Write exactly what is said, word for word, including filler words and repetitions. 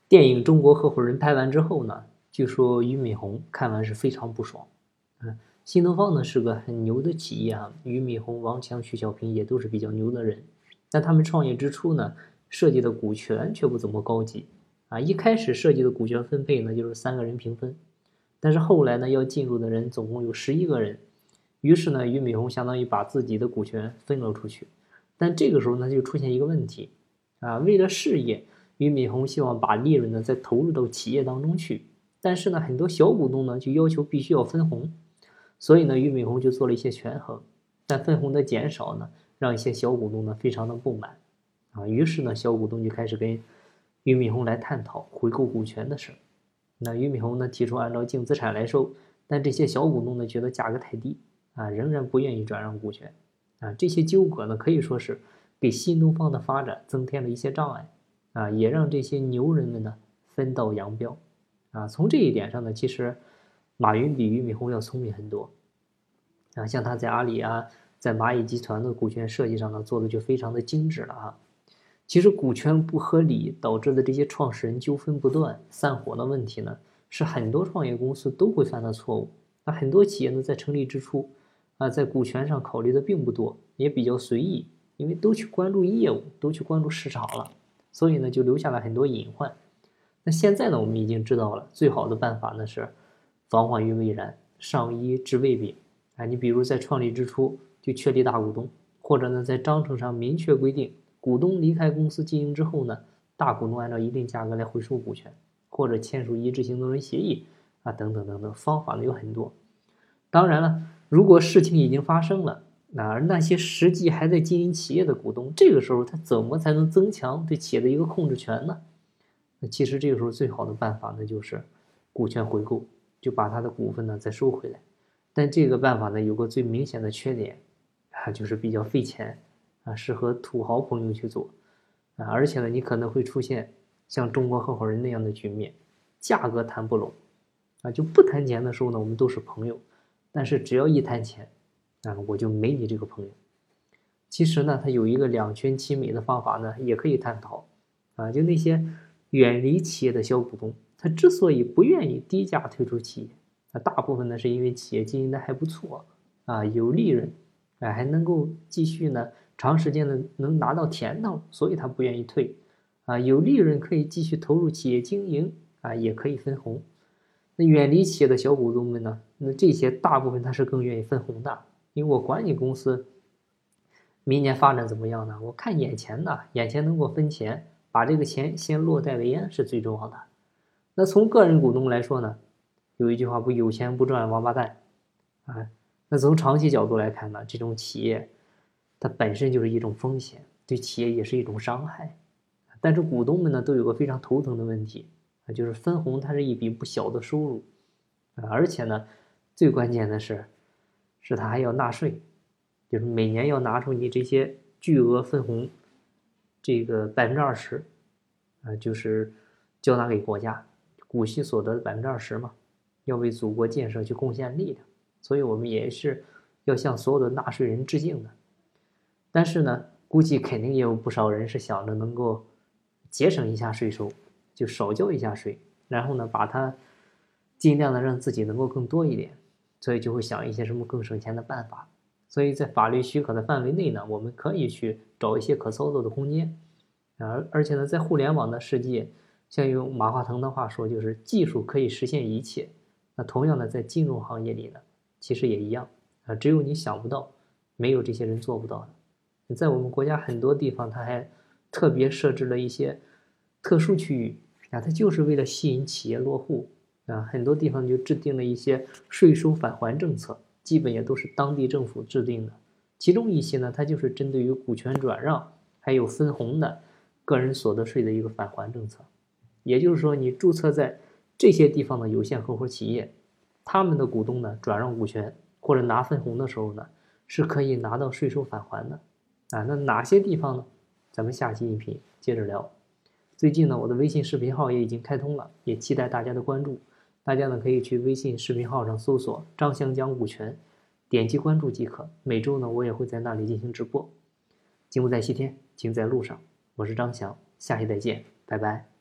电影《中国合伙人》拍完之后呢，据说俞敏洪看完是非常不爽。嗯，新东方呢是个很牛的企业啊，俞敏洪、王强、徐小平也都是比较牛的人，但他们创业之初呢，设计的股权却不怎么高级啊。一开始设计的股权分配呢，就是三个人平分，但是后来呢，要进入的人总共有十一个人，于是呢，俞敏洪相当于把自己的股权分了出去。但这个时候呢，就出现一个问题啊，为了事业，俞敏洪希望把利润呢再投入到企业当中去，但是呢，很多小股东呢就要求必须要分红，所以呢，俞敏洪就做了一些权衡，但分红的减少呢，让一些小股东呢非常的不满啊，于是呢，小股东就开始跟俞敏洪来探讨回购股权的事。那俞敏洪呢提出按照净资产来收，但这些小股东呢觉得价格太低啊，仍然不愿意转让股权啊，这些纠葛呢可以说是给新东方的发展增添了一些障碍。啊，也让这些牛人们呢分道扬镳，啊，从这一点上呢，其实马云比俞敏洪要聪明很多，啊，像他在阿里啊，在蚂蚁集团的股权设计上呢，做的就非常的精致了啊。其实股权不合理导致的这些创始人纠纷不断、散伙的问题呢，是很多创业公司都会犯的错误。那很多企业呢，在成立之初，啊，在股权上考虑的并不多，也比较随意，因为都去关注业务，都去关注市场了。所以呢，就留下了很多隐患。那现在呢，我们已经知道了，最好的办法呢是防患于未然，上医治未病。啊，你比如在创立之初就确立大股东，或者呢在章程上明确规定，股东离开公司经营之后呢，大股东按照一定价格来回收股权，或者签署一致性动人协议啊，等等等等，方法呢有很多。当然了，如果事情已经发生了，而那些实际还在经营企业的股东，这个时候他怎么才能增强对企业的一个控制权呢？那其实这个时候最好的办法呢，就是股权回购，就把他的股份呢再收回来。但这个办法呢，有个最明显的缺点啊，就是比较费钱啊，适合土豪朋友去做啊，而且呢，你可能会出现像中国合伙人那样的局面，价格谈不拢啊，就不谈钱的时候呢，我们都是朋友，但是只要一谈钱，啊，我就没你这个朋友。其实呢，它有一个两全其美的方法呢，也可以探讨啊，就那些远离企业的小股东，他之所以不愿意低价退出企业，啊，大部分呢是因为企业经营的还不错啊，有利润，啊，还能够继续呢长时间的能拿到甜头，所以他不愿意退啊，有利润可以继续投入企业经营啊，也可以分红。那远离企业的小股东们呢，那这些大部分他是更愿意分红的，因为我管你公司明年发展怎么样呢？我看眼前的，眼前能给我分钱，把这个钱先落袋为安是最重要的。那从个人股东来说呢，有一句话不，有钱不赚王八蛋啊。那从长期角度来看呢，这种企业它本身就是一种风险，对企业也是一种伤害。但是股东们呢，都有个非常头疼的问题啊，就是分红它是一笔不小的收入啊，而且呢，最关键的是，是他还要纳税，就是每年要拿出你这些巨额分红，这个百分之二十，啊，就是交纳给国家，股息所得的百分之二十嘛，要为祖国建设去贡献力量，所以我们也是要向所有的纳税人致敬的。但是呢，估计肯定也有不少人是想着能够节省一下税收，就少交一下税，然后呢，把它尽量的让自己能够更多一点，所以就会想一些什么更省钱的办法。所以在法律许可的范围内呢，我们可以去找一些可操作的空间。而而且呢，在互联网的世界，像用马化腾的话说，就是技术可以实现一切。那同样的，在金融行业里呢，其实也一样啊，只有你想不到，没有这些人做不到的。在我们国家很多地方，它还特别设置了一些特殊区域啊，它就是为了吸引企业落户啊，很多地方就制定了一些税收返还政策，基本也都是当地政府制定的。其中一些呢，它就是针对于股权转让还有分红的个人所得税的一个返还政策。也就是说，你注册在这些地方的有限合伙企业，他们的股东呢转让股权或者拿分红的时候呢，是可以拿到税收返还的。啊，那哪些地方呢？咱们下期音频接着聊。最近呢，我的微信视频号也已经开通了，也期待大家的关注。大家呢可以去微信视频号上搜索张翔讲股权，点击关注即可。每周呢，我也会在那里进行直播。金不在西天，金在路上。我是张翔，下期再见，拜拜。